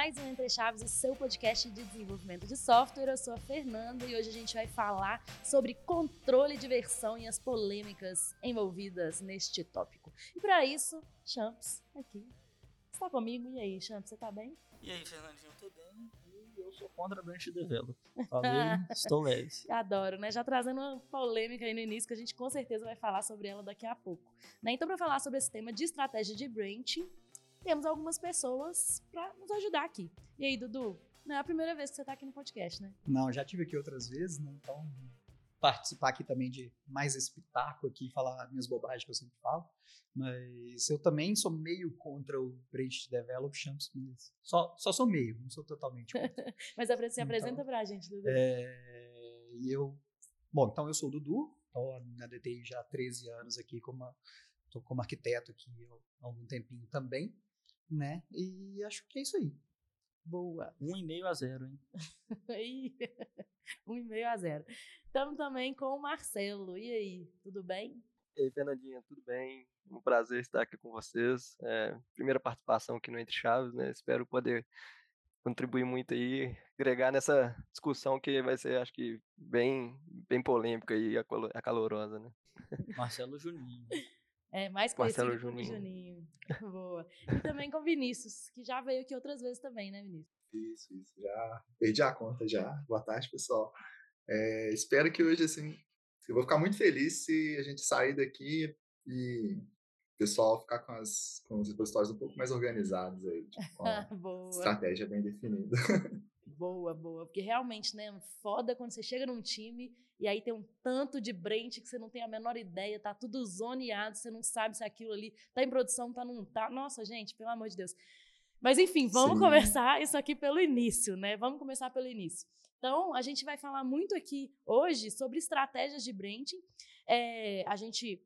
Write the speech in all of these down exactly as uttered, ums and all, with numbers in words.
mais um Entre Chaves, o seu podcast de desenvolvimento de software. Eu sou a Fernanda e hoje a gente vai falar sobre controle de versão e as polêmicas envolvidas neste tópico. E para isso, Champs aqui está comigo. E aí, Champs, você tá bem? E aí, Fernandinho, eu tô bem e eu sou contra a branch develop. Falei, estou leve. Adoro, né? Já trazendo uma polêmica aí no início, que a gente com certeza vai falar sobre ela daqui a pouco. Né? Então, para falar sobre esse tema de estratégia de branch, temos algumas pessoas para nos ajudar aqui. E aí, Dudu, não é a primeira vez que você tá aqui no podcast, né? Não, já tive aqui outras vezes, né? Então, participar aqui também de mais esse pitaco aqui, falar minhas bobagens que eu sempre falo. Mas eu também sou meio contra o branch develop, Champs, mas só, só sou meio, não sou totalmente contra. Mas se apresenta então, pra gente, Dudu. É, e eu, bom, então eu sou o Dudu, estou na D T I já há treze anos aqui, como, tô como arquiteto aqui há algum tempinho também, né? E acho que é isso aí. Boa. Um e meio a zero, hein? um e meio a zero. Estamos também com o Marcelo. E aí, tudo bem? E aí, Fernandinha, tudo bem? Um prazer estar aqui com vocês. É, primeira participação aqui no Entre Chaves, né? Espero poder contribuir muito aí, agregar nessa discussão que vai ser, acho que, bem, bem polêmica e acalorosa, né? Marcelo Juninho. É, mais conhecido Marcelo como Juninho. Juninho. Boa. E também com Vinícius, que já veio aqui outras vezes também, né, Vinícius? Isso, isso. Já perdi a conta já. Boa tarde, pessoal. É, espero que hoje, assim, eu vou ficar muito feliz se a gente sair daqui e o pessoal ficar com, as, com os repositórios um pouco mais organizados aí, tipo, com a Boa. estratégia bem definida. Boa, boa. Porque realmente, né, foda quando você chega num time e aí tem um tanto de branch que você não tem a menor ideia, tá tudo zoneado, você não sabe se aquilo ali tá em produção, tá não tá. Nossa, gente, pelo amor de Deus. Mas enfim, vamos Sim. começar isso aqui pelo início, né? Vamos começar pelo início. Então, a gente vai falar muito aqui hoje sobre estratégias de branching. É, a gente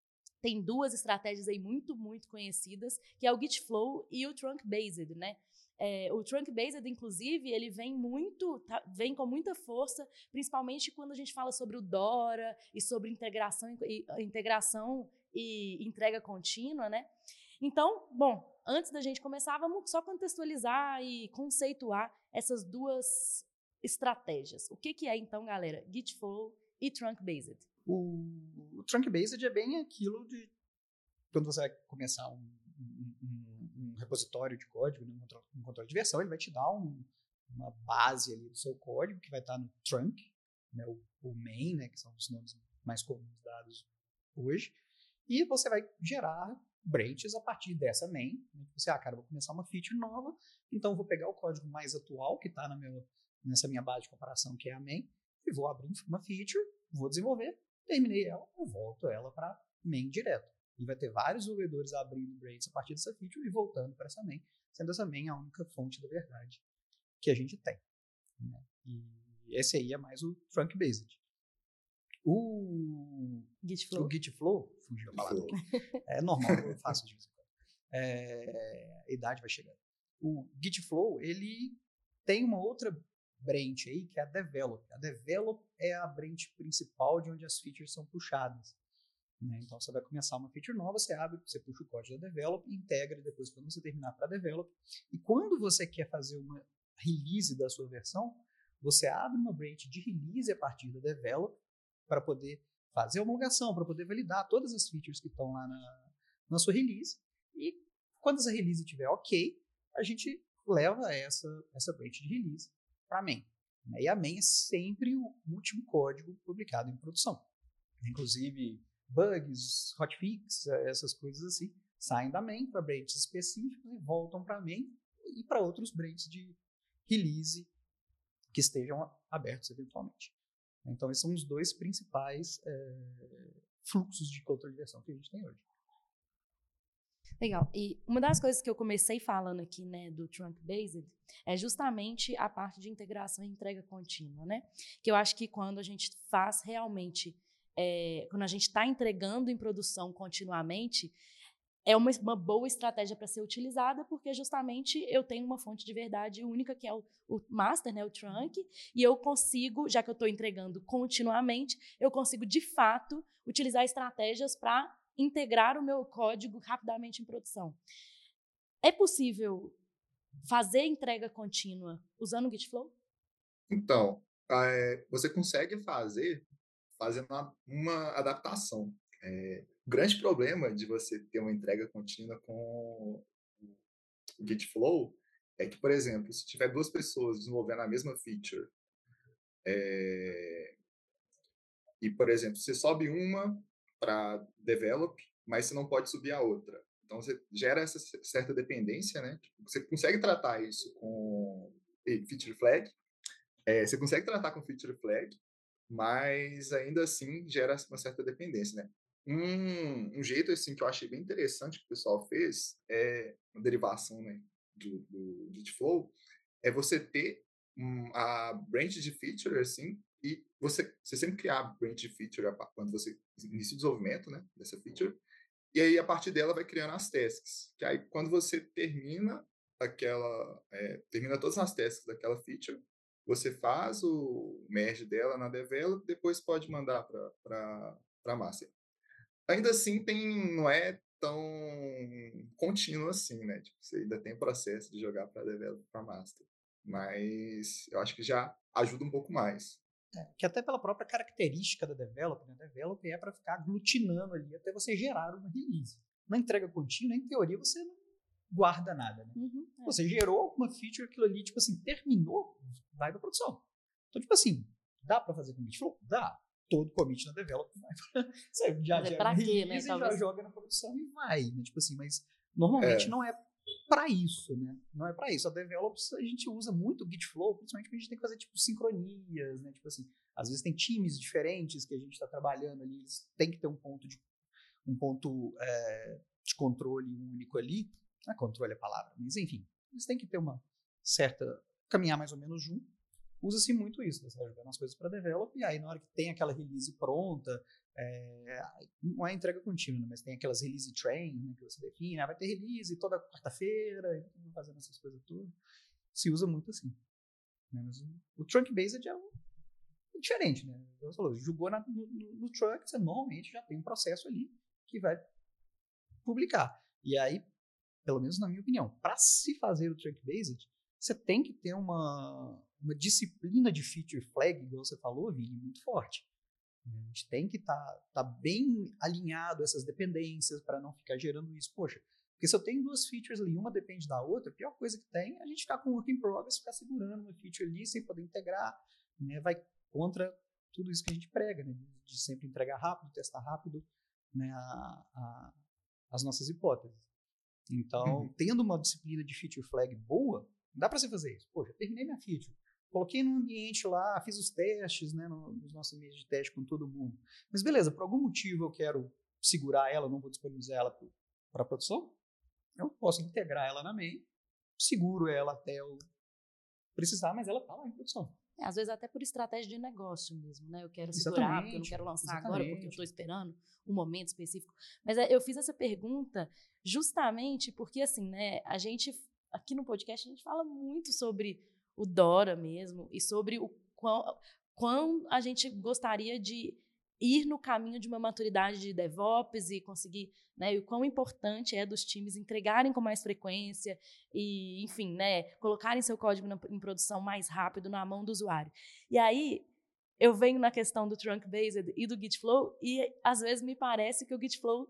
tem duas estratégias aí muito, muito conhecidas, que é o Git Flow e o Trunk Based, né? É, o Trunk Based, inclusive, ele vem muito, tá, vem com muita força, principalmente quando a gente fala sobre o Dora e sobre integração e, integração e entrega contínua, né? Então, bom, antes da gente começar, vamos só contextualizar e conceituar essas duas estratégias. O que, que é, então, galera, Git Flow e Trunk Based? O, o Trunk Based é bem aquilo de quando você vai começar um, um, um, um repositório de código, né, um controle de versão, ele vai te dar um, uma base ali do seu código que vai estar no trunk, né, o, o main, né, que são os nomes mais comuns dados hoje, e você vai gerar branches a partir dessa main. Né, você, ah, cara, vou começar uma feature nova, então vou pegar o código mais atual que está nessa minha base de comparação, que é a main, e vou abrir uma feature, vou desenvolver, terminei ela, eu volto ela para main direto. E vai ter vários desenvolvedores abrindo branches a partir dessa feature e voltando para essa main, sendo essa main a única fonte da verdade que a gente tem. Né? E esse aí é mais o Trunk Based. O Git Flow, o Git Flow fugiu a palavra. É normal, eu faço de vez em quando. É, a idade vai chegando. O Git Flow, ele tem uma outra branch aí, que é a Develop. A Develop é a branch principal de onde as features são puxadas. Né? Então, você vai começar uma feature nova, você abre, você puxa o código da Develop, integra depois quando você terminar para a Develop. E quando você quer fazer uma release da sua versão, você abre uma branch de release a partir da Develop para poder fazer a homologação, para poder validar todas as features que estão lá na, na sua release. E quando essa release estiver ok, a gente leva essa, essa branch de release para a main. E a main é sempre o último código publicado em produção. Inclusive, bugs, hotfix, essas coisas assim, saem da main para branches específicos e voltam para a main e para outros branches de release que estejam abertos eventualmente. Então, esses são os dois principais é, fluxos de controle de versão que a gente tem hoje. Legal. E uma das coisas que eu comecei falando aqui, né, do Trunk Based é justamente a parte de integração e entrega contínua, né? Que eu acho que quando a gente faz realmente, é, quando a gente está entregando em produção continuamente, é uma, uma boa estratégia para ser utilizada, porque justamente eu tenho uma fonte de verdade única, que é o, o master, né, o trunk, e eu consigo, já que eu estou entregando continuamente, eu consigo, de fato, utilizar estratégias para integrar o meu código rapidamente em produção. É possível fazer entrega contínua usando o GitFlow? Então, é, você consegue fazer fazendo uma, uma adaptação. É, o grande problema de você ter uma entrega contínua com o GitFlow é que, por exemplo, se tiver duas pessoas desenvolvendo a mesma feature, é, e, por exemplo, você sobe uma para develop, mas você não pode subir a outra. Então, você gera essa certa dependência, né? Você consegue tratar isso com feature flag, é, você consegue tratar com feature flag, mas ainda assim gera uma certa dependência, né? Um, um jeito assim que eu achei bem interessante que o pessoal fez é uma derivação, né, do, do GitFlow, é você ter um, a branch de feature assim e você, você sempre criar a branch de feature quando você inicia o desenvolvimento, né, dessa feature, e aí a partir dela vai criando as tasks, que aí quando você termina aquela é, termina todas as tasks daquela feature, você faz o merge dela na develop, depois pode mandar para para master. Ainda assim tem não é tão contínuo assim, né? Tipo, você ainda tem processo de jogar para develop para master, mas eu acho que já ajuda um pouco mais. É, que até pela própria característica da developer, né? Developer é para ficar aglutinando ali até você gerar uma release. Na entrega contínua, em teoria, você não guarda nada, né? Uhum, é. Você gerou alguma feature, aquilo ali, tipo assim, terminou, vai para produção. Então, tipo assim, dá para fazer com GitFlow? Dá. Todo commit na developer vai pra... Você já Mas é gera pra uma quê, release, né? já Talvez- joga na produção e vai, né? Tipo assim, mas normalmente É. não é para isso, né? Não é para isso. A develops a gente usa muito o GitFlow, principalmente porque a gente tem que fazer tipo sincronias, né? Tipo assim, às vezes tem times diferentes que a gente está trabalhando ali, eles têm que ter um ponto de um ponto é, de controle único ali. Não é controle a palavra, mas enfim, eles têm que ter uma certa caminhar mais ou menos junto. Usa-se muito isso, você vai jogando as coisas para develop, e aí na hora que tem aquela release pronta, é, não é entrega contínua, né, mas tem aquelas release train, né, que você define, ah, vai ter release toda quarta-feira, então fazendo essas coisas todas. Se usa muito assim. Né, mas o, o trunk-based é um, diferente, né? Você falou, jogou na, no, no trunk, você normalmente já tem um processo ali que vai publicar. E aí, pelo menos na minha opinião, para se fazer o trunk-based, você tem que ter uma, uma disciplina de feature flag, igual você falou, Vini, muito forte. A gente tem que estar tá, tá bem alinhado essas dependências para não ficar gerando isso. Poxa, porque se eu tenho duas features ali, uma depende da outra, a pior coisa que tem é a gente ficar com work in progress, ficar segurando uma feature ali sem poder integrar, né? Vai contra tudo isso que a gente prega, né? De sempre entregar rápido, testar rápido, né? a, a, as nossas hipóteses. Então, uhum. tendo uma disciplina de feature flag boa, dá para você fazer isso. Poxa, terminei minha feature, coloquei no ambiente lá, fiz os testes, né, nos nossos ambientes de teste com todo mundo. Mas beleza, por algum motivo eu quero segurar ela, não vou disponibilizar ela para produção, eu posso integrar ela na main, seguro ela até eu precisar, mas ela está lá em produção. É, às vezes até por estratégia de negócio mesmo, né? Eu quero segurar, exatamente, porque eu não quero lançar exatamente. agora, porque eu estou esperando um momento específico. Mas eu fiz essa pergunta justamente porque, assim, né, a gente, aqui no podcast, a gente fala muito sobre o Dora mesmo e sobre o quão, quão a gente gostaria de ir no caminho de uma maturidade de DevOps e conseguir, né, e o quão importante é dos times entregarem com mais frequência e, enfim, né, colocarem seu código na, em produção mais rápido na mão do usuário. E aí, eu venho na questão do Trunk-Based e do Gitflow e, às vezes, me parece que o Gitflow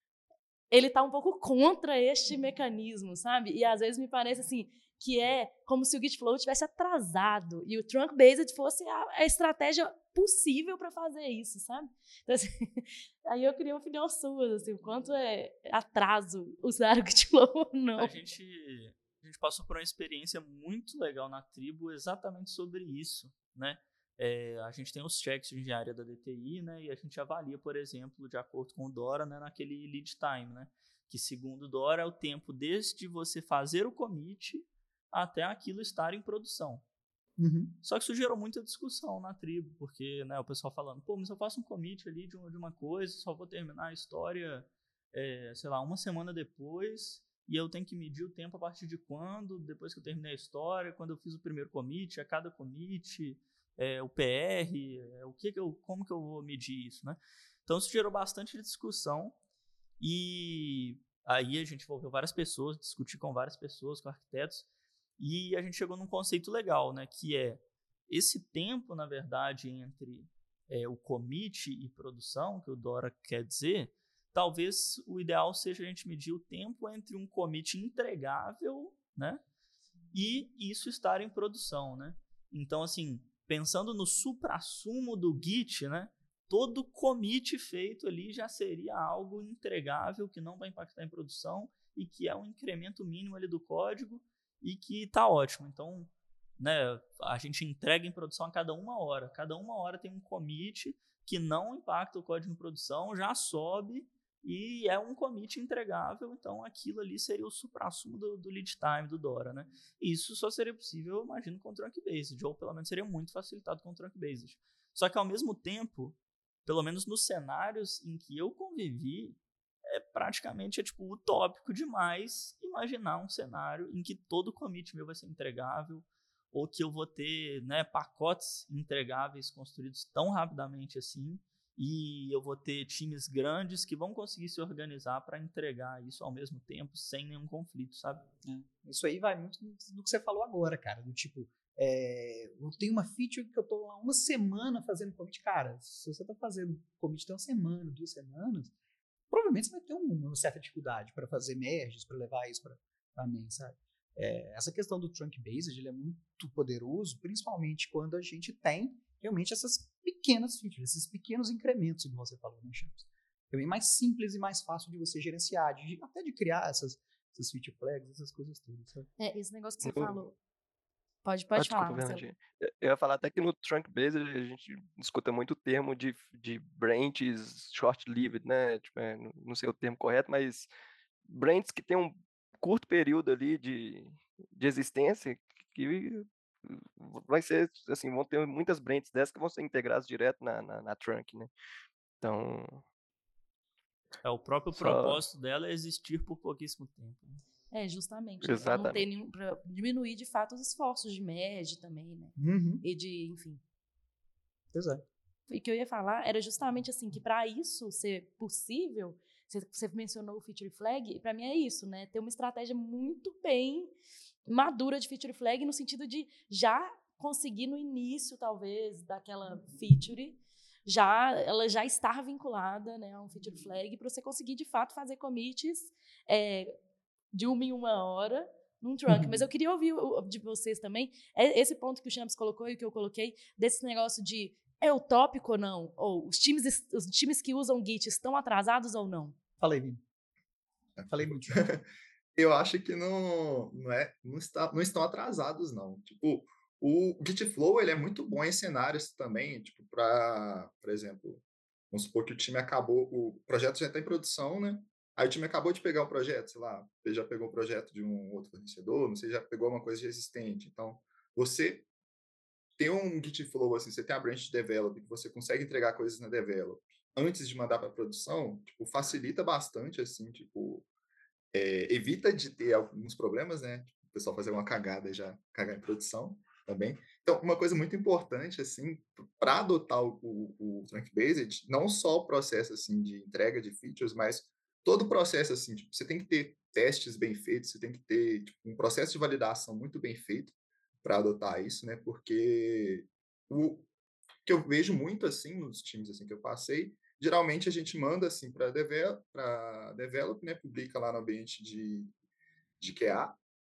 ele está um pouco contra este mecanismo, sabe? E, às vezes, me parece, assim, que é como se o Gitflow tivesse atrasado e o Trunk-Based fosse a, a estratégia possível para fazer isso, sabe? Então, assim, aí eu queria uma opinião sua, assim, o quanto é atraso usar o Gitflow ou não. A gente, a gente passou por uma experiência muito legal na tribo exatamente sobre isso, né? É, a gente tem os checks de engenharia da D T I, né? E a gente avalia, por exemplo, de acordo com o Dora, né, naquele lead time, né? Que segundo o Dora é o tempo desde você fazer o commit até aquilo estar em produção. Uhum. Só que isso gerou muita discussão na tribo, porque, né, o pessoal falando, pô, mas eu faço um commit ali de uma, de uma coisa, só vou terminar a história, é, sei lá, uma semana depois, e eu tenho que medir o tempo a partir de quando, depois que eu terminei a história, quando eu fiz o primeiro commit, a cada commit, é, o P R, é, o que que eu, como que eu vou medir isso, né? Então isso gerou bastante discussão, e aí a gente envolveu várias pessoas, discuti com várias pessoas, com arquitetos, E a gente chegou num conceito legal, né, que é esse tempo, na verdade, entre é, o commit e produção, que o Dora quer dizer, talvez o ideal seja a gente medir o tempo entre um commit entregável, né, e isso estar em produção, né? Então, assim, pensando no suprassumo do Git, né, todo commit feito ali já seria algo entregável que não vai impactar em produção e que é um incremento mínimo ali do código e que tá ótimo. Então, né, a gente entrega em produção a cada uma hora. Cada uma hora tem um commit que não impacta o código em produção, já sobe e é um commit entregável. Então, aquilo ali seria o suprassumo do, do lead time do Dora, né? E isso só seria possível, eu imagino, com o Trunk-Based, ou pelo menos seria muito facilitado com o Trunk-Based. Só que, ao mesmo tempo, pelo menos nos cenários em que eu convivi, é praticamente é, tipo, utópico demais imaginar um cenário em que todo commit meu vai ser entregável, ou que eu vou ter, né, pacotes entregáveis construídos tão rapidamente assim, e eu vou ter times grandes que vão conseguir se organizar para entregar isso ao mesmo tempo, sem nenhum conflito, sabe? É. Isso aí vai muito do que você falou agora, cara, do tipo, é, eu tenho uma feature que eu tô lá uma semana fazendo commit, cara, se você tá fazendo commit tem uma semana, duas semanas, provavelmente você vai ter uma certa dificuldade para fazer merges, para levar isso para main, sabe? É, essa questão do Trunk-Based, ele é muito poderoso, principalmente quando a gente tem realmente essas pequenas features, esses pequenos incrementos, igual você falou, né, Champs? É bem mais simples e mais fácil de você gerenciar, de, até de criar essas, essas feature flags, essas coisas todas, sabe? É, esse negócio que você No- falou. Pode, pode Ah, falar, desculpa, Marcelo. Bernardinho. Eu eu ia falar até que no Trunk-Based a gente escuta muito o termo de, de branches short-lived, né? Tipo, é, não não sei o termo correto, mas branches que tem um curto período ali de, de existência que vai ser, assim, vão ter muitas branches dessas que vão ser integradas direto na, na, na trunk, né? Então, É, o próprio só... propósito dela é existir por pouquíssimo tempo, né? É, justamente. Pra não ter Exatamente. nenhum, pra diminuir, de fato, os esforços de merge também, né? Uhum. E de, enfim. Pois é. E o que eu ia falar era justamente assim, que para isso ser possível, você, você mencionou o feature flag, e para mim é isso, né? Ter uma estratégia muito bem madura de feature flag, no sentido de já conseguir no início, talvez, daquela feature, já, ela já estar vinculada, né, a um feature flag, para você conseguir, de fato, fazer commits é, de uma em uma hora num trunk. Uhum. Mas eu queria ouvir o- de vocês também, é esse ponto que o Champs colocou e que eu coloquei, desse negócio de é utópico ou não? Ou os times, os times que usam Git estão atrasados ou não? Falei, Vini. Falei muito. Eu acho que não, não, é, não, está, não estão atrasados, não. Tipo, o Gitflow, ele é muito bom em cenários também, tipo, para, por exemplo, vamos supor que o time acabou, o projeto já está em produção, né? Aí o time acabou de pegar um projeto, sei lá, você já pegou um projeto de um outro fornecedor, não sei, já pegou uma coisa já existente. Então, você tem um Gitflow, assim, você tem a branch de develop, que você consegue entregar coisas na develop antes de mandar para produção, tipo, facilita bastante, assim, tipo, é, evita de ter alguns problemas, né? O pessoal fazer uma cagada e já cagar em produção também. Então, uma coisa muito importante, assim, para adotar o, o, o Trunk-Based, não só o processo, assim, de entrega de features, mas todo o processo, assim, tipo, você tem que ter testes bem feitos, você tem que ter tipo, um processo de validação muito bem feito para adotar isso, né? Porque o que eu vejo muito, assim, nos times, assim, que eu passei, geralmente a gente manda assim para develop, para develop, né, publica lá no ambiente de, de Q A,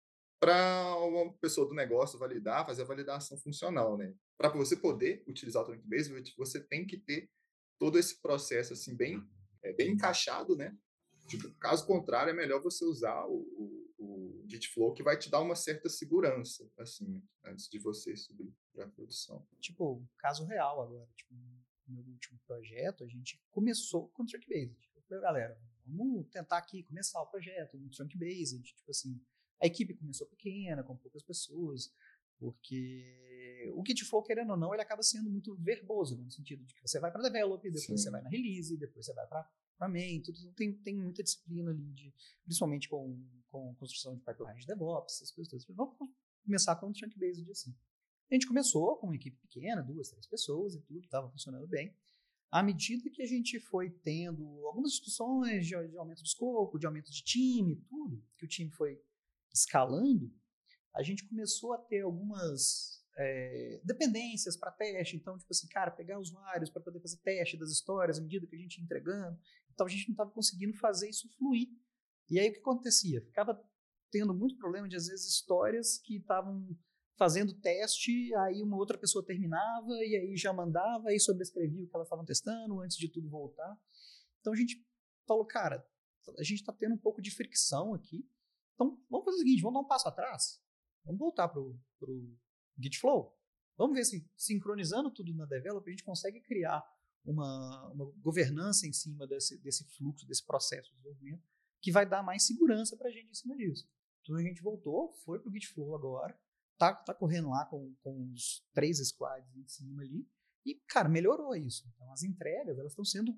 para uma pessoa do negócio validar, fazer a validação funcional, né? Para você poder utilizar o Trunk-Based, você tem que ter todo esse processo assim bem é, bem encaixado, né? Tipo, caso contrário, é melhor você usar o, o, o Gitflow, que vai te dar uma certa segurança, assim, antes de você subir para a produção. Tipo, caso real agora. Tipo, no meu último projeto, a gente começou com o Trunk-Based. Eu falei, galera, vamos tentar aqui começar o projeto no Trunk-Based. Tipo assim, a equipe começou pequena, com poucas pessoas, porque o Gitflow, querendo ou não, ele acaba sendo muito verboso, né, no sentido de que você vai para develop, depois Sim. você vai na release, depois você vai para para main, tudo tem, tem muita disciplina ali, de, principalmente com, com construção de pipeline de DevOps, essas coisas todas. Vamos começar com o Trunk-Based assim. A gente começou com uma equipe pequena, duas, três pessoas e tudo, estava funcionando bem. À medida que a gente foi tendo algumas discussões de, de aumento de escopo, de aumento de time, tudo, que o time foi escalando, a gente começou a ter algumas é, dependências para teste. Então, tipo assim, cara, pegar usuários para poder fazer teste das histórias à medida que a gente ia entregando. Então, a gente não estava conseguindo fazer isso fluir. E aí, o que acontecia? Ficava tendo muito problema de, às vezes, histórias que estavam fazendo teste, aí uma outra pessoa terminava, e aí já mandava, aí sobrescrevia o que elas estavam testando antes de tudo voltar. Então, a gente falou, cara, a gente está tendo um pouco de fricção aqui. Então, vamos fazer o seguinte, vamos dar um passo atrás. Vamos voltar para o Gitflow. Vamos ver se, sincronizando tudo na Develop, a gente consegue criar uma, uma governança em cima desse, desse fluxo, desse processo de desenvolvimento, que vai dar mais segurança para a gente em cima disso. Então, a gente voltou, foi para o Gitflow agora, tá, tá correndo lá com, com os três squads em cima ali, e, cara, melhorou isso. Então, as entregas, elas estão sendo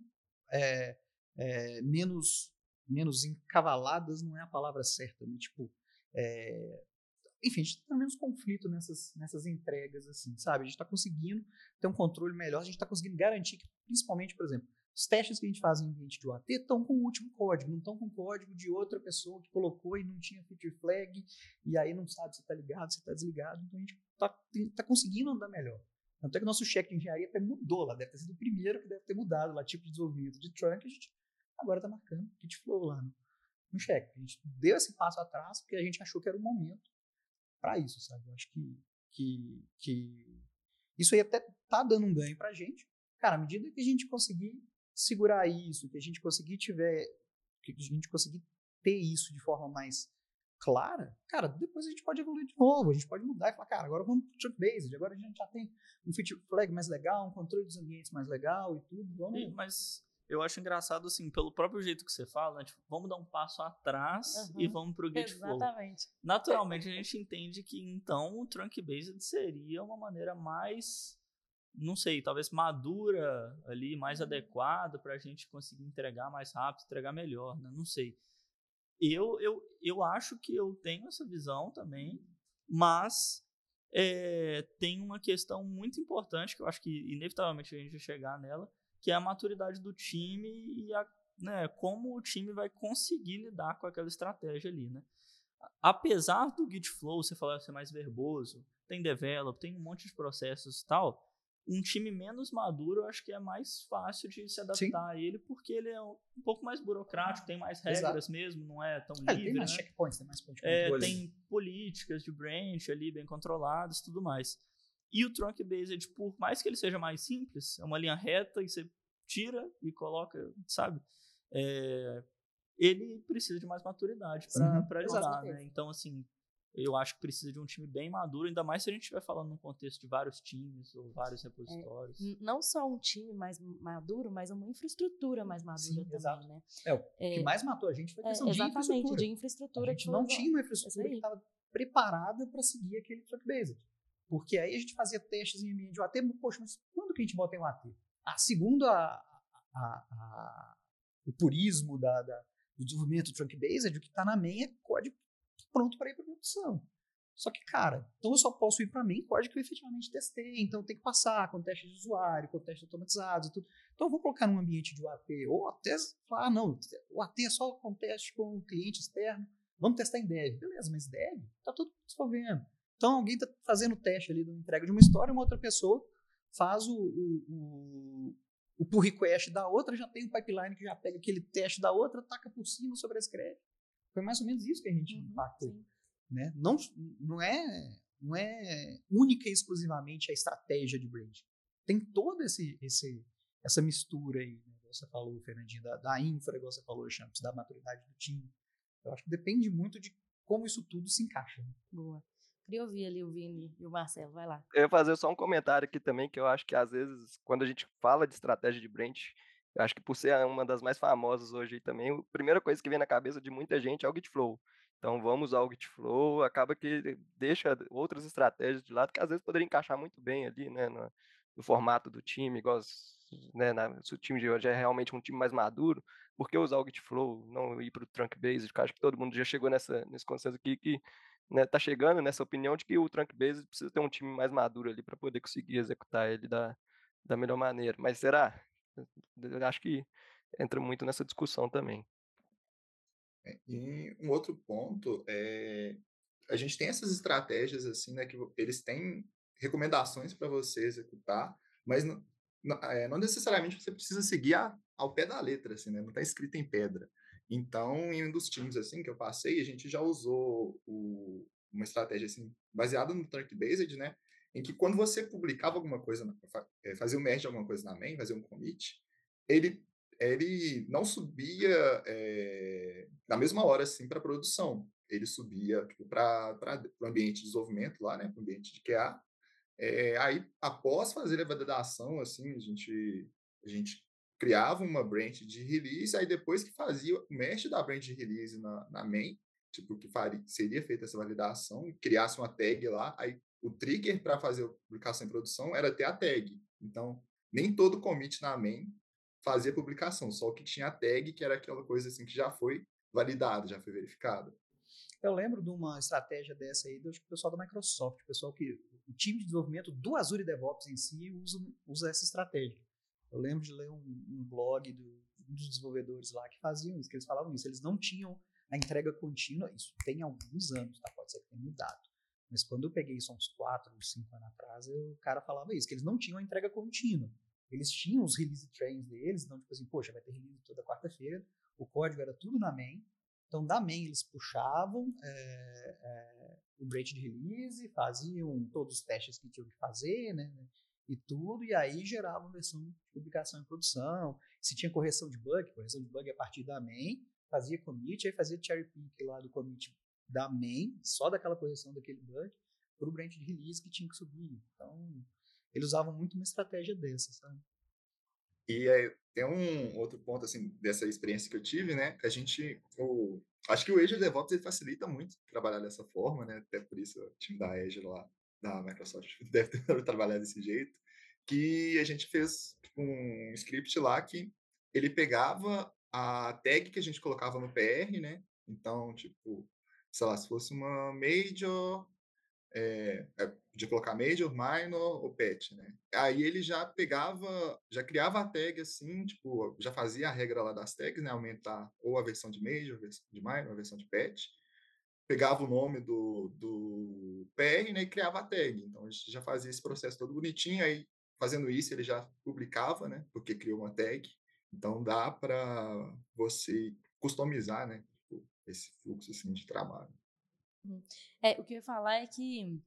é, é, menos... menos encavaladas, não é a palavra certa, né? Tipo, é... enfim, a gente tem menos conflito nessas, nessas entregas, assim, sabe? A gente está conseguindo ter um controle melhor, a gente está conseguindo garantir que, principalmente, por exemplo, os testes que a gente faz em ambiente de U A T estão com o último código, não estão com o código de outra pessoa que colocou e não tinha feature flag, e aí não sabe se está ligado, se está desligado, então a gente está tá conseguindo andar melhor. Tanto é que o nosso cheque de engenharia até mudou lá, deve ter sido o primeiro que deve ter mudado lá, tipo de desenvolvimento de trunk, a gente agora está marcando Gitflow lá no, no check. A gente deu esse passo atrás porque a gente achou que era o momento para isso, sabe? Eu acho que, que, que isso aí até tá dando um ganho para a gente. Cara, à medida que a gente conseguir segurar isso, que a gente conseguir tiver, que a gente conseguir ter isso de forma mais clara, cara, depois a gente pode evoluir de novo, a gente pode mudar e falar, cara, agora vamos pro Trunk Based, agora a gente já tem um feature flag mais legal, um controle dos ambientes mais legal e tudo, vamos... E, mas eu acho engraçado, assim, pelo próprio jeito que você fala, né? Tipo, vamos dar um passo atrás uhum. e vamos pro Gitflow. Exatamente. Naturalmente, a gente entende que, então, o Trunk Based seria uma maneira mais, não sei, talvez madura ali, mais uhum. adequada para a gente conseguir entregar mais rápido, entregar melhor, né? Não sei. Eu, eu, eu acho que eu tenho essa visão também, mas é, tem uma questão muito importante que eu acho que, inevitavelmente, a gente vai chegar nela, que é a maturidade do time e a, né, como o time vai conseguir lidar com aquela estratégia ali, né? Apesar do Gitflow, você falar ser mais verboso, tem develop, tem um monte de processos e tal, um time menos maduro, eu acho que é mais fácil de se adaptar Sim. a ele, porque ele é um, um pouco mais burocrático, tem mais regras Exato. mesmo, não é tão é, livre, tem mais né? checkpoints, tem mais pontos de é, tem políticas de branch ali bem controladas, tudo mais. E o Trunk Based, por mais que ele seja mais simples, é uma linha reta e você tira e coloca, sabe? É, ele precisa de mais maturidade para uhum, ajudar, né? Então, assim, eu acho que precisa de um time bem maduro, ainda mais se a gente estiver falando num contexto de vários times ou vários repositórios. É, não só um time mais maduro, mas uma infraestrutura mais madura Sim, também, exato. né? É, o é, que mais matou a gente foi a questão é, de infraestrutura. de infraestrutura. A gente não tinha uma infraestrutura que estava preparada para seguir aquele Trunk Based. Porque aí a gente fazia testes em ambiente de U A T, poxa, mas quando que a gente bota em U A T? Ah, segundo a, a, a, o purismo da, da, do desenvolvimento do Trunk Based, o que está na main é código pronto para ir para produção. Só que, cara, então eu só posso ir para main código que eu efetivamente testei, então tem que passar com teste de usuário, com teste automatizado e tudo. Então eu vou colocar num ambiente de U A T, ou até falar, ah, não, o U A T é só com teste com cliente externo, vamos testar em dev. Beleza, mas dev está tudo desenvolvendo. Então alguém está fazendo o teste ali da entrega de uma história, uma outra pessoa faz o, o, o, o pull request da outra, já tem um pipeline que já pega aquele teste da outra, taca por cima, sobrescreve. Foi mais ou menos isso que a gente uhum, impactou. Né? Não, não, é, não é única e exclusivamente a estratégia de brand. Tem toda esse, esse, essa mistura aí, né? Você falou, Fernandinho, da, da infra, igual você falou, Champs, da maturidade do time. Eu acho que depende muito de como isso tudo se encaixa. Né? Boa. Queria ouvir ali o Vini e o Marcelo, vai lá. Eu ia fazer só um comentário aqui também, que eu acho que às vezes, quando a gente fala de estratégia de brand, eu acho que por ser uma das mais famosas hoje também, a primeira coisa que vem na cabeça de muita gente é o Gitflow. Então vamos usar o Gitflow, acaba que deixa outras estratégias de lado, que às vezes poderia encaixar muito bem ali, né, no, no formato do time, igual, né, na, se o time de hoje é realmente um time mais maduro, por que usar o Gitflow, não ir para o Trunk Based? Eu acho que todo mundo já chegou nessa, nesse consenso aqui que né, tá chegando nessa opinião de que o Trunk Based precisa ter um time mais maduro ali para poder conseguir executar ele da, da melhor maneira. Mas será? Eu acho que entra muito nessa discussão também. E um outro ponto é a gente tem essas estratégias, assim, né, que eles têm recomendações para você executar, mas não, não, é, não necessariamente você precisa seguir a, ao pé da letra, assim, né? Não está escrito em pedra. Então, em um dos times, assim, que eu passei, a gente já usou o, uma estratégia, assim, baseada no Trunk-Based, né? Em que quando você publicava alguma coisa, fazia um merge de alguma coisa na main, fazia um commit, ele, ele não subia é, na mesma hora, assim, para produção. Ele subia tipo, para o ambiente de desenvolvimento lá, né? Para o ambiente de Q A. É, aí, após fazer a validação, assim, a gente, a gente criava uma branch de release, aí depois que fazia o mesh da branch de release na, na main, tipo, que faria, seria feita essa validação, criasse uma tag lá, aí o trigger para fazer a publicação em produção era ter a tag. Então, nem todo commit na main fazia publicação, só o que tinha a tag, que era aquela coisa assim que já foi validada, já foi verificada. Eu lembro de uma estratégia dessa aí do pessoal da Microsoft, o pessoal que o time de desenvolvimento do Azure DevOps em si usa, usa essa estratégia. Eu lembro de ler um, um blog do, um dos desenvolvedores lá que faziam isso, que eles falavam isso. Eles não tinham a entrega contínua, isso tem alguns anos, tá? Pode ser que tenha mudado. Mas quando eu peguei isso há uns quatro, uns cinco anos atrás, eu, o cara falava isso, que eles não tinham a entrega contínua. Eles tinham os release trains deles, então tipo assim, poxa, vai ter release toda quarta-feira, o código era tudo na main. Então, da main, eles puxavam é, é, o branch de release, faziam todos os testes que tinham que fazer, né, e tudo, e aí geravam versão de publicação em produção. Se tinha correção de bug, correção de bug a partir da main, fazia commit, aí fazia cherry pick lá do commit da main, só daquela correção daquele bug, para o branch de release que tinha que subir. Então, eles usavam muito uma estratégia dessa, sabe? E aí, tem um outro ponto, assim, dessa experiência que eu tive, né? A gente, o, acho que o Azure DevOps ele facilita muito trabalhar dessa forma, né? Até por isso o time da Azure lá, da Microsoft, deve ter trabalhado desse jeito. Que a gente fez um script lá que ele pegava a tag que a gente colocava no P R, né? Então, tipo, sei lá, se fosse uma major, é, de colocar major, minor ou patch, né? Aí ele já pegava, já criava a tag assim, tipo, já fazia a regra lá das tags, né? Aumentar ou a versão de major, a versão de minor, a versão de patch. Pegava o nome do, do P R, né? E criava a tag. Então a gente já fazia esse processo todo bonitinho. Aí fazendo isso ele já publicava, né? Porque criou uma tag. Então dá para você customizar, né? Esse fluxo assim, de trabalho. É, o que eu ia falar é que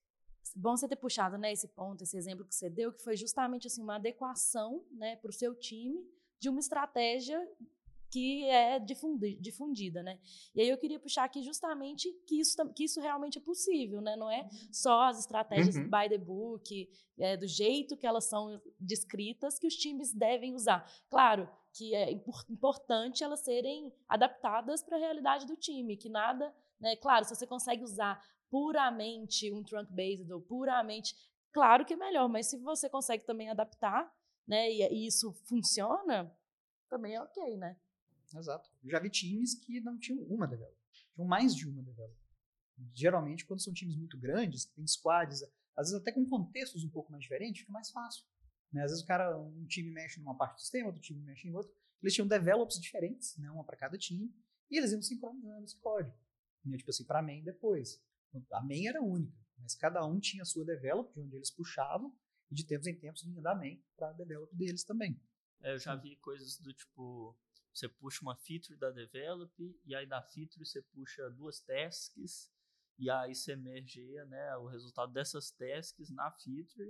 bom você ter puxado, né, esse ponto, esse exemplo que você deu, que foi justamente assim, uma adequação, né, para o seu time de uma estratégia que é difundi, difundida, né? E aí eu queria puxar aqui justamente que isso, que isso realmente é possível, né? Não é só as estratégias uhum. by the book, é, do jeito que elas são descritas, que os times devem usar. Claro que é importante elas serem adaptadas para a realidade do time, que nada, né? Claro, se você consegue usar puramente um trunk-based ou puramente, claro que é melhor, mas se você consegue também adaptar, né? E, e isso funciona, também é ok, né? Exato. Já vi times que não tinham uma developer. Tinham mais de uma developer. Geralmente, quando são times muito grandes, tem squads, às vezes até com contextos um pouco mais diferentes, fica mais fácil. Né? Às vezes o cara, um time mexe numa parte do sistema, outro time mexe em outro. Eles tinham developers diferentes, né? Uma para cada time, e eles iam sincronizando esse código. Né? Tipo assim, para a main depois. A main era única, mas cada um tinha a sua developer, de onde eles puxavam, e de tempos em tempos vinha da main para a developer deles também. É, eu já vi coisas do tipo... Você puxa uma feature da develop, e aí da feature você puxa duas tasks, e aí você mergeia, né, o resultado dessas tasks na feature,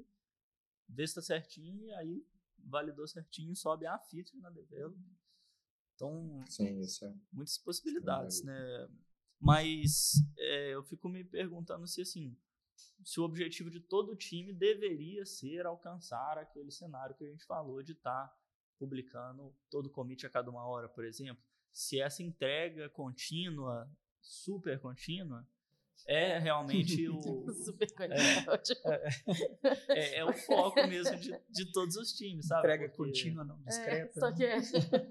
vê se tá certinho, e aí validou certinho, sobe a feature na develop. Então, sim, isso é. muitas possibilidades, né? Mas é, eu fico me perguntando se, assim, se o objetivo de todo time deveria ser alcançar aquele cenário que a gente falou de estar tá publicando todo commit a cada uma hora, por exemplo. Se essa entrega contínua, super contínua, é realmente o... super contínua. É, é, é o foco mesmo de, de todos os times, sabe? Entrega Porque, contínua, não discreta. É, só que é.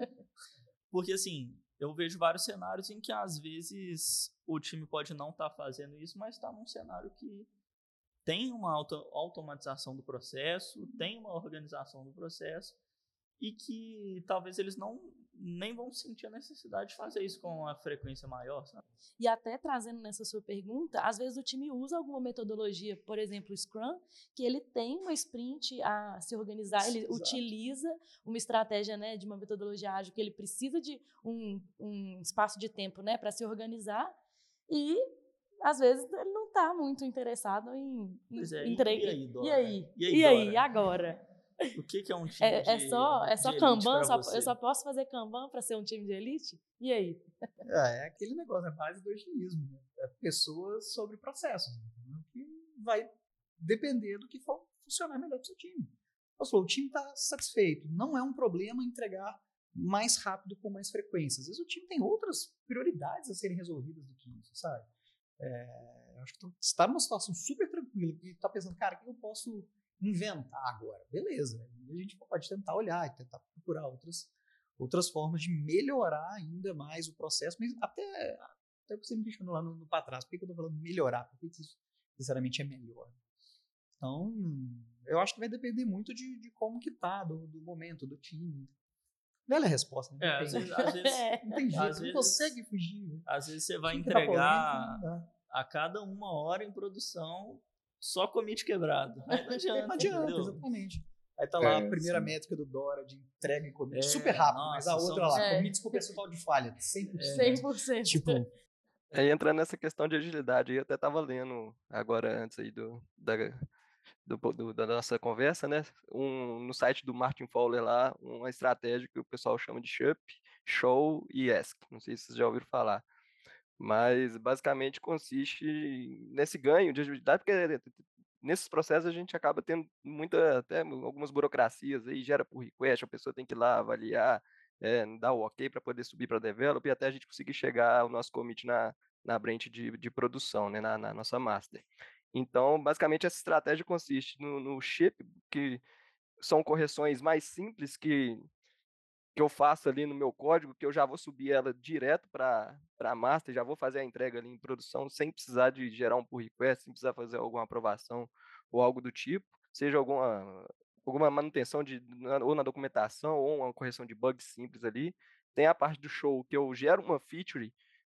Porque, assim, eu vejo vários cenários em que, às vezes, o time pode não estar tá fazendo isso, mas está num cenário que tem uma auto- automatização do processo, tem uma organização do processo, e que talvez eles não nem vão sentir a necessidade de fazer isso com uma frequência maior, sabe? E até trazendo nessa sua pergunta, às vezes o time usa alguma metodologia, por exemplo, o Scrum, que ele tem uma sprint a se organizar, ele Exato. utiliza uma estratégia, né, de uma metodologia ágil, que ele precisa de um, um espaço de tempo, né, para se organizar, e às vezes ele não está muito interessado em, em Pois é, entre- e aí, Dora? E aí? E aí, E aí, Dora? agora? O que, que é um time É, de é só, é de só elite Kanban? pra Só, você? eu só posso fazer Kanban para ser um time de elite? E aí? É, é aquele negócio, é base do agilismo. Né? É pessoas sobre processos. Entendeu? Que vai depender do que for funcionar melhor para o seu time. Você falou, o time está satisfeito. Não é um problema entregar mais rápido com mais frequência. Às vezes o time tem outras prioridades a serem resolvidas do que isso, sabe? É, eu acho que está numa situação super tranquila e está pensando, cara, o que eu posso inventar agora? Beleza. E a gente pode tentar olhar e tentar procurar outras, outras formas de melhorar ainda mais o processo, mas até, até o que você me questionou lá no, no para trás, por que, que eu estou falando melhorar? Por que, que isso necessariamente é melhor? Então, eu acho que vai depender muito de, de como que tá, do, do momento, do time. Velha resposta, né? É, às vezes, às vezes, É. Não tem jeito, às não vezes- consegue fugir. Né? às vezes você vai Time que tá entregar polêmico, não dá. a cada uma hora em produção só commit quebrado. Aí não adianta, Não adianta, entendeu? exatamente. Aí tá lá É, a primeira sim. métrica do Dora de entrega e commit. É, super rápido, mas a nossa, outra somos- lá, É. commits com percentual de falha, cem por cento. cem por cento. Tipo, Aí entrando nessa questão de agilidade, eu até estava lendo agora antes aí do, da, do, do- da nossa conversa, né? Um, no site do Martin Fowler lá, uma estratégia que o pessoal chama de SHUP, Show e Ask. Não sei se vocês já ouviram falar. Mas basicamente consiste nesse ganho de agilidade, porque nesses processos a gente acaba tendo muita, até algumas burocracias aí, gera por request, a pessoa tem que ir lá avaliar, é, dar o ok para poder subir para develop e até a gente conseguir chegar ao nosso commit na, na branch de, de produção, né, na, na nossa master. Então, basicamente, essa estratégia consiste no, no ship, que são correções mais simples que que eu faço ali no meu código, que eu já vou subir ela direto para a master, já vou fazer a entrega ali em produção, sem precisar de gerar um pull request, sem precisar fazer alguma aprovação ou algo do tipo, seja alguma, alguma manutenção de, ou na documentação, ou uma correção de bugs simples ali. Tem a parte do show, que eu gero uma feature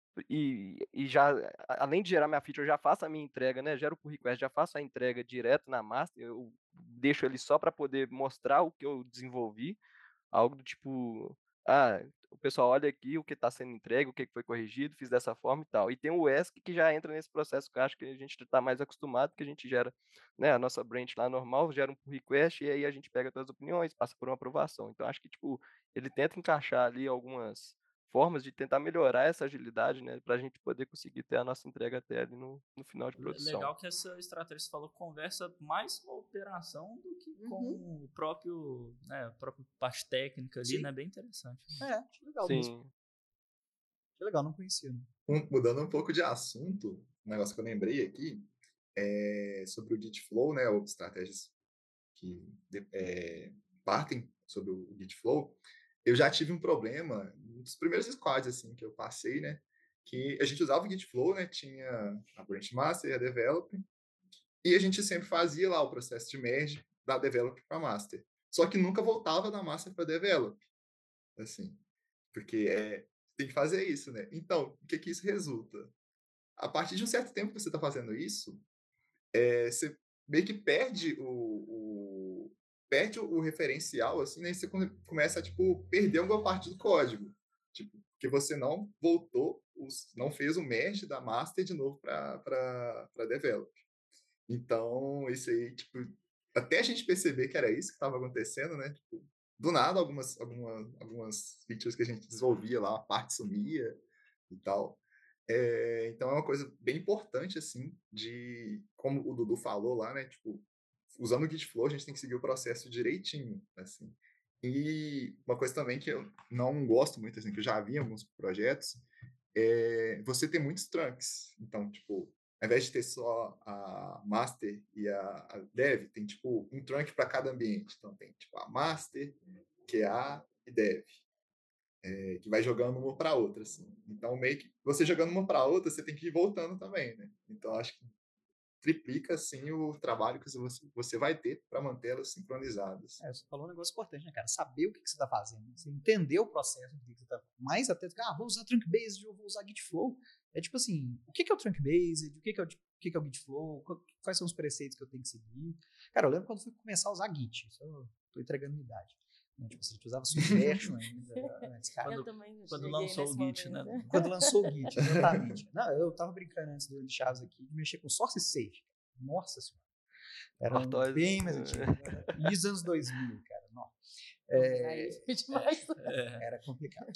e, e já, além de gerar minha feature, eu já faço a minha entrega, né? Gero o pull request, já faço a entrega direto na master, eu deixo ele só para poder mostrar o que eu desenvolvi, algo do tipo, ah, o pessoal olha aqui o que está sendo entregue, o que foi corrigido, fiz dessa forma e tal. E tem o ESC que já entra nesse processo que eu acho que a gente está mais acostumado, que a gente gera, né, a nossa branch lá normal, gera um pull request e aí a gente pega todas as opiniões, passa por uma aprovação. Então acho que tipo, ele tenta encaixar ali algumas formas de tentar melhorar essa agilidade, né, para a gente poder conseguir ter a nossa entrega até ali no, no final de produção. Legal que essa estratégia que você falou conversa mais com a operação do que com Uhum. o próprio, né, a própria parte técnica ali, Sim. né? Bem interessante. é, acho legal mesmo. Sim, Que legal, não conhecia. Né? Um- mudando um pouco de assunto, um negócio que eu lembrei aqui é sobre o Git Flow, né, ou estratégias que de- é, partem sobre o Git Flow. Eu já tive um problema nos primeiros squads assim que eu passei, né, que a gente usava o Git Flow, né, tinha a branch master e a developer, e a gente sempre fazia lá o processo de merge da developer para master. Só que nunca voltava da master para developer, assim, porque é, tem que fazer isso, né? Então, o que que isso resulta? A partir de um certo tempo que você está fazendo isso, é, você meio que perde o, o- perde o referencial, assim, né? E você come- começa a, tipo, perder alguma parte do código. Tipo, que você não voltou, os, não fez o merge da master de novo para develop. Então, isso aí, tipo, até a gente perceber que era isso que estava acontecendo, né? Tipo, do nada, algumas, algumas, algumas features que a gente desenvolvia lá, a parte sumia e tal. É, então é uma coisa bem importante, assim, de, como o Dudu falou lá, né, tipo, usando o Git Flow, a gente tem que seguir o processo direitinho, assim. E uma coisa também que eu não gosto muito, assim, que eu já vi em alguns projetos, é você ter muitos trunks. Então, tipo, ao invés de ter só a master e a, a dev, tem, tipo, um trunk para cada ambiente. Então, tem, tipo, a master, Q A e dev que vai jogando uma para outra, assim. Então, meio que você jogando uma para outra, você tem que ir voltando também, né? Então, acho que triplica, assim, o trabalho que você, você vai ter para mantê-las sincronizadas. É, você falou um negócio importante, né, cara? Saber o que, que você está fazendo, você entender o processo do que você está. Mais até, ah, vou usar Trunkbase, eu vou usar Gitflow. É tipo assim, o que, que é o Trunkbase, o que, que é o, o que, que é o Gitflow, quais são os preceitos que eu tenho que seguir. Cara, eu lembro quando eu fui começar a usar Git, isso eu tô entregando minha idade. Tipo assim, a gente usava Subversion ainda antes, cara. Eu também Quando lançou o Git, momento. né? Quando lançou o Git, exatamente. Não, eu tava brincando antes do Andy Chaves aqui de mexer com Source Safe. Nossa senhora. Era Artois, bem mais antigo. E os anos dois mil, cara. Não. É, É. era complicado.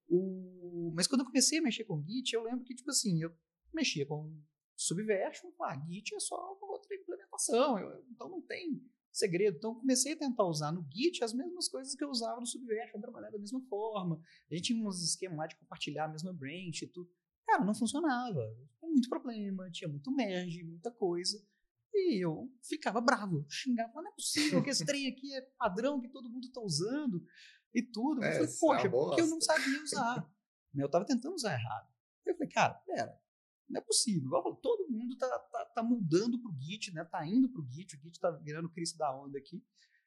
O, mas quando eu comecei a mexer com Git, eu lembro que, tipo assim, eu mexia com Subversion, ah, Git é só uma outra implementação, eu, então não tem segredo. Então, comecei a tentar usar no Git as mesmas coisas que eu usava no Subversion, trabalhar da mesma forma. A gente tinha uns esquemas lá de compartilhar a mesma branch e tudo. Cara, não funcionava. Tinha muito problema, tinha muito merge, muita coisa. E eu ficava bravo, xingava, não é possível que esse trem aqui é padrão que todo mundo está usando e tudo. Eu É, falei, poxa, é porque eu não sabia usar. Eu estava tentando usar errado. Eu falei, cara, pera, não é possível. Igual, todo mundo tá, tá, tá mudando pro Git, né? Tá indo pro Git, o Git tá virando Cristo da onda aqui.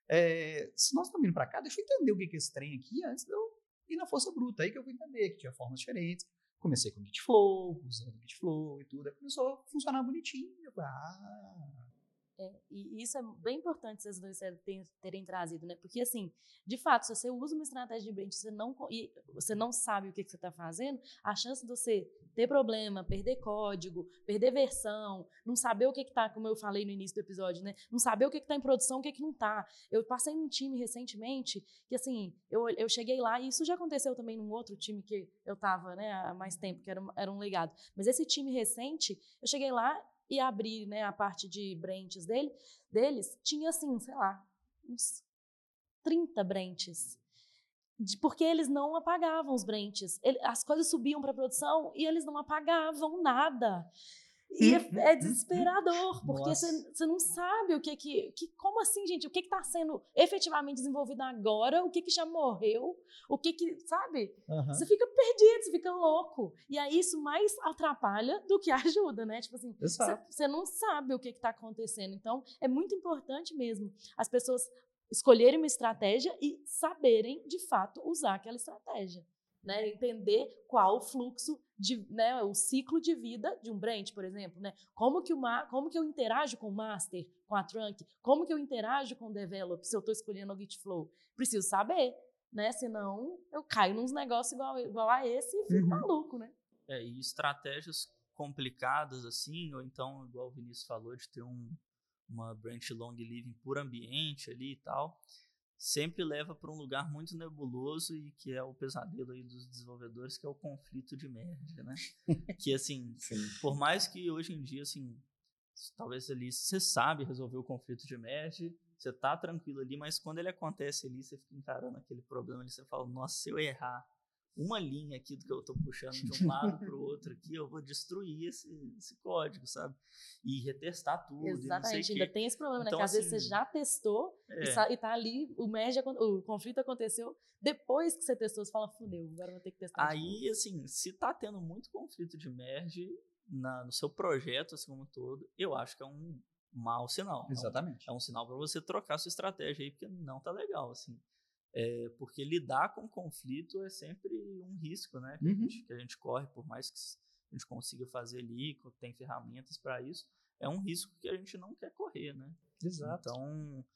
É, se nós estamos indo para cá, deixa eu entender o que é esse trem aqui antes de eu ir na força bruta. Aí que eu fui entender que tinha formas diferentes. Comecei com Gitflow, usando Gitflow e tudo. Aí começou a funcionar bonitinho. Eu falei, ah... É, e isso é bem importante vocês dois terem, terem trazido, né? Porque, assim, de fato, se você usa uma estratégia de branch você não, e você não sabe o que, que você está fazendo, a chance de você ter problema, perder código, perder versão, não saber o que está, como eu falei no início do episódio, né? Não saber o que está em produção, o que, que não está. Eu passei num time recentemente que, assim, eu, eu cheguei lá, e isso já aconteceu também num outro time que eu estava, né, há mais tempo, que era, era um legado. Mas esse time recente, eu cheguei lá e abrir, né, a parte de branches dele, deles, tinha assim, sei lá, uns trinta branches. De, porque eles não apagavam os branches. Ele, as coisas subiam para a produção e eles não apagavam nada. E é, é desesperador, porque você não sabe o que que, que... Como assim, gente? O que está sendo efetivamente desenvolvido agora? O que que já morreu? O que que... Sabe? Você uhum. fica perdido, você fica louco. E aí isso mais atrapalha do que ajuda, né? Tipo assim, você não sabe o que está acontecendo. Então, é muito importante mesmo as pessoas escolherem uma estratégia e saberem, de fato, usar aquela estratégia. Né, entender qual o fluxo, de, né, o ciclo de vida de um branch, por exemplo. Né? Como, que uma, como que eu interajo com o master, com a trunk? Como que eu interajo com o develop se eu estou escolhendo o Gitflow? Preciso saber, né? Senão eu caio nos negócios igual, igual a esse e fico uhum. maluco. Né? É, e estratégias complicadas assim, ou então, igual o Vinícius falou, de ter um, uma branch long living por ambiente ali e tal, sempre leva para um lugar muito nebuloso e que é o pesadelo aí dos desenvolvedores, que é o conflito de merge, né? Que, assim, Sim. por mais que hoje em dia, assim, talvez ali você sabe resolver o conflito de merge, você tá tranquilo ali, mas quando ele acontece ali, você fica encarando aquele problema ali, você fala, nossa, se eu errar uma linha aqui do que eu tô puxando de um lado pro outro aqui, eu vou destruir esse, esse código, sabe? E retestar tudo. Exatamente, e ainda tem esse problema, então, né? Que assim, às vezes você já testou é. e tá ali, o merge, o conflito aconteceu, depois que você testou, você fala, fudeu, agora eu vou ter que testar. Aí, assim, se tá tendo muito conflito de merge na, no seu projeto, assim como um todo, eu acho que é um mau sinal. Exatamente. É um, é um sinal para você trocar sua estratégia aí, porque não tá legal, assim. É, porque lidar com conflito é sempre um risco, né? Que, uhum. a gente, que a gente corre, por mais que a gente consiga fazer ali, tem ferramentas para isso, é um risco que a gente não quer correr, né? Exato. Então,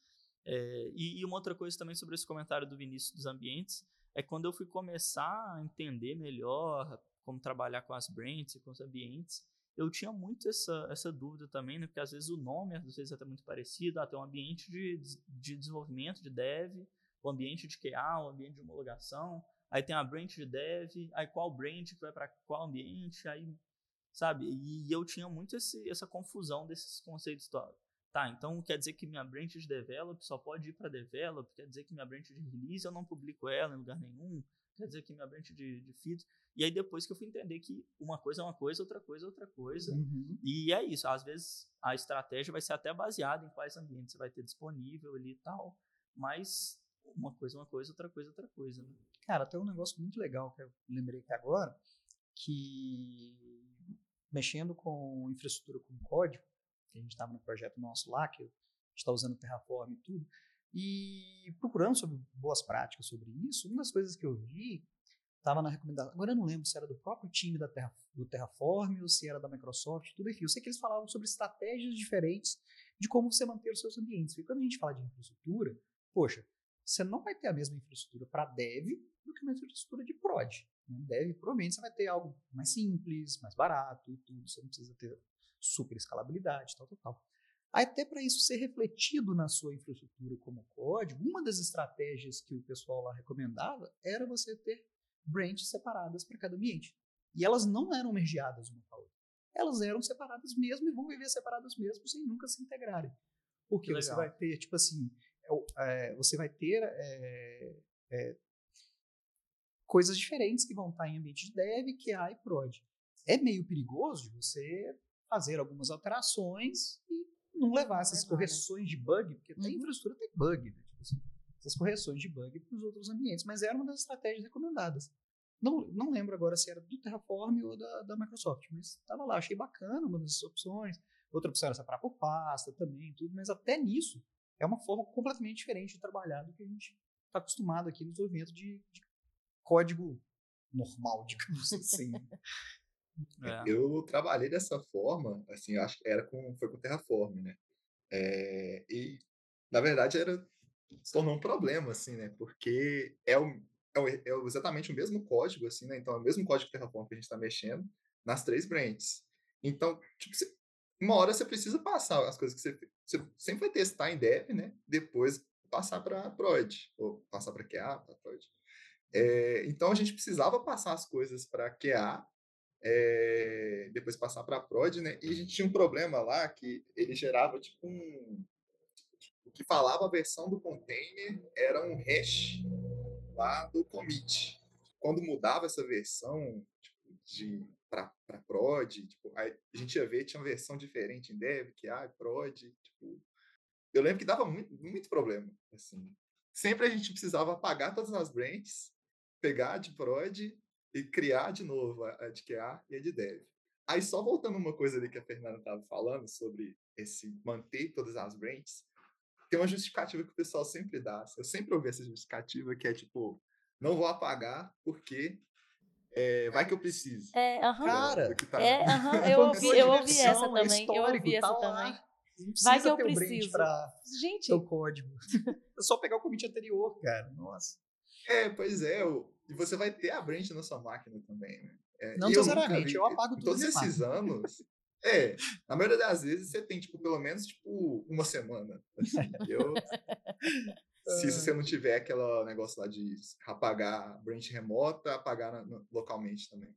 é, e, e uma outra coisa também sobre esse comentário do Vinícius dos ambientes, é quando eu fui começar a entender melhor como trabalhar com as branches e com os ambientes, eu tinha muito essa, essa dúvida também, né? Porque às vezes o nome, às vezes é até muito parecido, até um ambiente de, de desenvolvimento, de dev, o ambiente de Q A, o ambiente de homologação, aí tem a branch de dev, aí qual branch que vai para qual ambiente, aí, sabe? E eu tinha muito esse, essa confusão desses conceitos todos. Tá, então quer dizer que minha branch de develop só pode ir para develop, quer dizer que minha branch de release eu não publico ela em lugar nenhum, quer dizer que minha branch de, de feed... E aí depois que eu fui entender que uma coisa é uma coisa, outra coisa é outra coisa, uhum. e é isso, às vezes a estratégia vai ser até baseada em quais ambientes você vai ter disponível ali e tal, mas uma coisa é uma coisa, outra coisa é outra coisa. Né? Cara, tem um negócio muito legal que eu lembrei aqui agora, que mexendo com infraestrutura com código, que a gente estava no projeto nosso lá, que a gente está usando Terraform e tudo, e procurando sobre boas práticas sobre isso, uma das coisas que eu vi estava na recomendação, agora eu não lembro se era do próprio time da Terra, do Terraform ou se era da Microsoft, tudo enfim, eu sei que eles falavam sobre estratégias diferentes de como você manter os seus ambientes, porque quando a gente fala de infraestrutura, poxa, você não vai ter a mesma infraestrutura para dev do que uma infraestrutura de prod. Né? Dev, provavelmente você vai ter algo mais simples, mais barato e tudo, você não precisa ter super escalabilidade, tal, tal, tal. Até para isso ser refletido na sua infraestrutura como código, uma das estratégias que o pessoal lá recomendava era você ter branches separadas para cada ambiente. E elas não eram mergeadas uma com a outra. Elas eram separadas mesmo e vão viver separadas mesmo sem nunca se integrarem. Porque você vai ter, tipo assim, é, você vai ter é, é, coisas diferentes que vão estar em ambiente de dev, Q A e prod. É meio perigoso de você fazer algumas alterações e não levar essas levar, correções né? de bug, porque uhum. tem infraestrutura, tem bug, né? Tipo assim, essas correções de bug para os outros ambientes, mas era uma das estratégias recomendadas. Não, não lembro agora se era do Terraform ou da, da Microsoft, mas estava lá, achei bacana uma das opções. Outra opção era separar por pasta também, tudo, mas até nisso é uma forma completamente diferente de trabalhar do que a gente está acostumado aqui no desenvolvimento de, de código normal, digamos assim. É. Eu trabalhei dessa forma, assim, eu acho que era com, foi com o Terraform, né? É, e, na verdade, era, se tornou um problema, assim, né? Porque é, o, é, o, é exatamente o mesmo código, assim, né? Então, é o mesmo código Terraform que a gente está mexendo nas três branches. Então, tipo, você, uma hora você precisa passar as coisas que você... Você sempre vai testar em dev, né? Depois passar para prod, ou passar para Q A, para prod. É, então, a gente precisava passar as coisas para Q A, É, depois passar para a prod, né? E a gente tinha um problema lá que ele gerava tipo um... O que falava a versão do container era um hash lá do commit. Quando mudava essa versão tipo, de para prod, tipo, a gente ia ver, tinha uma versão diferente em dev, que ah, prod, tipo, eu lembro que dava muito, muito problema, assim. Sempre a gente precisava apagar todas as branches, pegar de prod e criar de novo a de Q A e a de dev. Aí, só voltando uma coisa ali que a Fernanda estava falando sobre esse manter todas as branches, tem uma justificativa que o pessoal sempre dá. Eu sempre ouvi essa justificativa, que é tipo, não vou apagar porque é, vai que eu preciso. É, aham. Cara, tá é, na... aham, eu ouvi, eu ouvi essa é também. Eu ouvi essa tá também. Lá. Não Vai que eu ter o branch preciso. para Gente, o código. É só pegar o commit anterior, cara. Nossa. É, pois é. E você vai ter a branch na sua máquina também, né? É, não necessariamente, eu, eu apago tudo. Todos esses máquina. anos. É, na maioria das vezes você tem, tipo, pelo menos, tipo, uma semana. Assim, eu, se, se você não tiver aquele negócio lá de apagar a branch remota, apagar na, na, localmente também.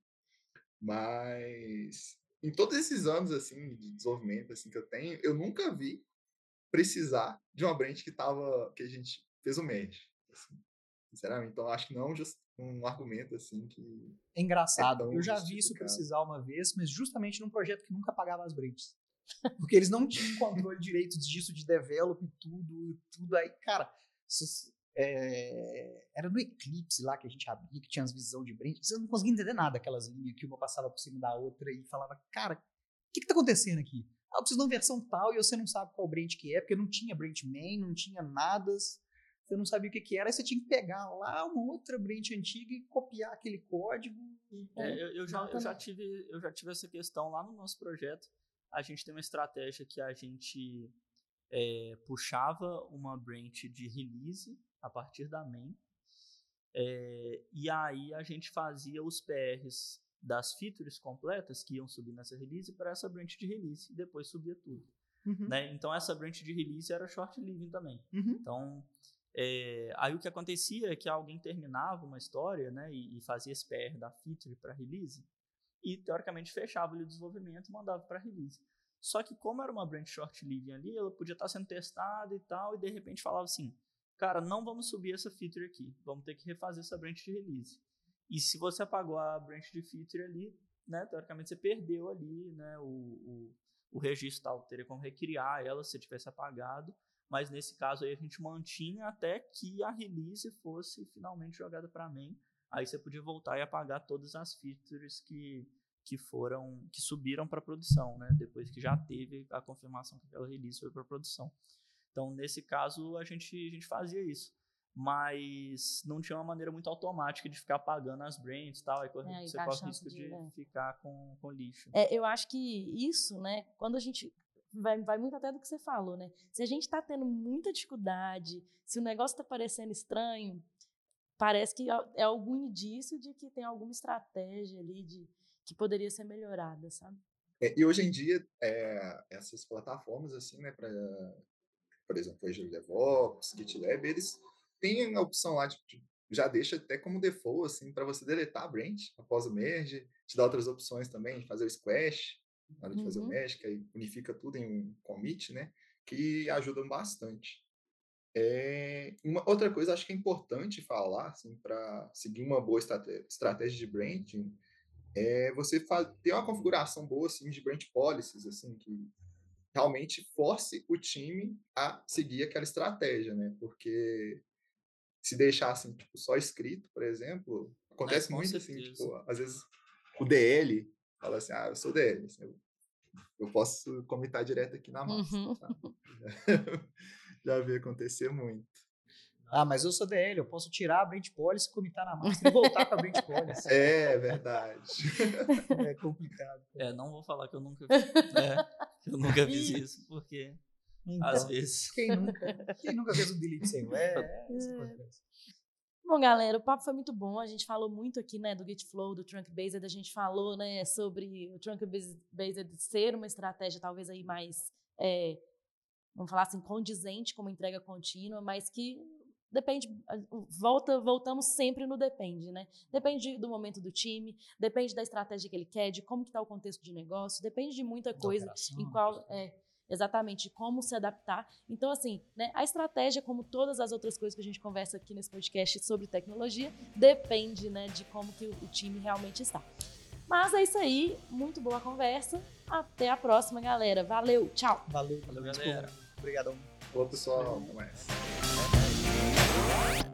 Mas em todos esses anos, assim, de desenvolvimento, assim, que eu tenho, eu nunca vi precisar de uma branch que tava, que a gente fez o merge. Assim, sinceramente, então acho que não é um, um argumento, assim, que é engraçado. É eu já vi isso precisar uma vez, mas justamente num projeto que nunca apagava as branches. Porque eles não tinham controle direito disso, de develop e tudo, tudo aí, cara, é, era no Eclipse lá que a gente abria, que tinha as visões de branch, você não conseguia entender nada, aquelas linhas que uma passava por cima da outra e falava, cara, o que que tá acontecendo aqui? Ah, eu preciso de uma versão tal e você não sabe qual branch que é, porque não tinha branch main, não tinha nada, você não sabia o que que era, aí você tinha que pegar lá uma outra branch antiga e copiar aquele código. É, eu, eu, já, eu, já tive, eu já tive essa questão lá no nosso projeto. A gente tem uma estratégia que a gente é, puxava uma branch de release a partir da main, é, e aí a gente fazia os P Rs das features completas que iam subir nessa release para essa branch de release e depois subia tudo. Uhum. Né? Então essa branch de release era short living também. Uhum. Então é, aí o que acontecia é que alguém terminava uma história, né, e, e fazia esse P R da feature para release e teoricamente fechava ali o desenvolvimento e mandava para release. Só que como era uma branch short living ali, ela podia estar sendo testada e tal, e de repente falava assim, cara, não vamos subir essa feature aqui, vamos ter que refazer essa branch de release. E se você apagou a branch de feature ali, né, teoricamente você perdeu ali, né, o, o, o registro tal, teria como recriar ela se você tivesse apagado, mas nesse caso aí a gente mantinha até que a release fosse finalmente jogada para main, aí você podia voltar e apagar todas as features que, que foram, que subiram para produção, né? Depois que já teve a confirmação que aquela release foi para produção. Então, nesse caso, a gente, a gente fazia isso. Mas não tinha uma maneira muito automática de ficar apagando as brands e tal. Aí corre, É, você dá a corre o chance risco de, de é. ficar com, com lixo. É, eu acho que isso, né, quando a gente... Vai, vai muito até do que você falou, né? Se a gente tá tendo muita dificuldade, se o negócio tá parecendo estranho, parece que é algum indício de que tem alguma estratégia ali de, que poderia ser melhorada, sabe? É, e hoje em dia, é, essas plataformas, assim, né, pra, por exemplo, o Azure DevOps, GitLab, eles têm a opção lá de, de já deixa até como default, assim, para você deletar a branch após o merge, te dá outras opções também, fazer o squash, na hora de fazer Uhum. o merge, que aí unifica tudo em um commit, né, que ajudam bastante. É, uma outra coisa, acho que é importante falar, assim, para seguir uma boa estratégia, estratégia de branding, é você faz, ter uma configuração boa, assim, de brand policies, assim, que realmente force o time a seguir aquela estratégia, né? Porque se deixar assim, tipo, só escrito, por exemplo, acontece É, com muito assim, certeza. tipo, às vezes o D L fala assim, ah, eu sou D L, assim, eu, eu posso comentar direto aqui na massa, Uhum. sabe? Já vi acontecer muito. Ah, mas eu sou D L, eu posso tirar a brand policy, comitar na massa e voltar com a brand policy. É verdade. É complicado. É, não vou falar que eu nunca, é, que eu nunca fiz isso, porque Então, às vezes... Quem nunca, quem nunca fez um delete sem o é, é, isso acontece. Bom, galera, o papo foi muito bom. A gente falou muito aqui, né, do Gitflow, do Trunk Based. A gente falou, né, sobre o Trunk Based ser uma estratégia talvez aí mais, é, vamos falar assim, condizente como entrega contínua, mas que depende, volta, voltamos sempre no depende, né? Depende do momento do time, depende da estratégia que ele quer, de como que está o contexto de negócio, depende de muita coisa, operação, em qual, é, exatamente, como se adaptar. Então, assim, né, a estratégia, como todas as outras coisas que a gente conversa aqui nesse podcast sobre tecnologia, depende, né, de como que o time realmente está. Mas é isso aí, muito boa conversa. Até a próxima, galera. Valeu, tchau. Valeu, Valeu, galera. Obrigadão. Olá, pessoal. Até mais.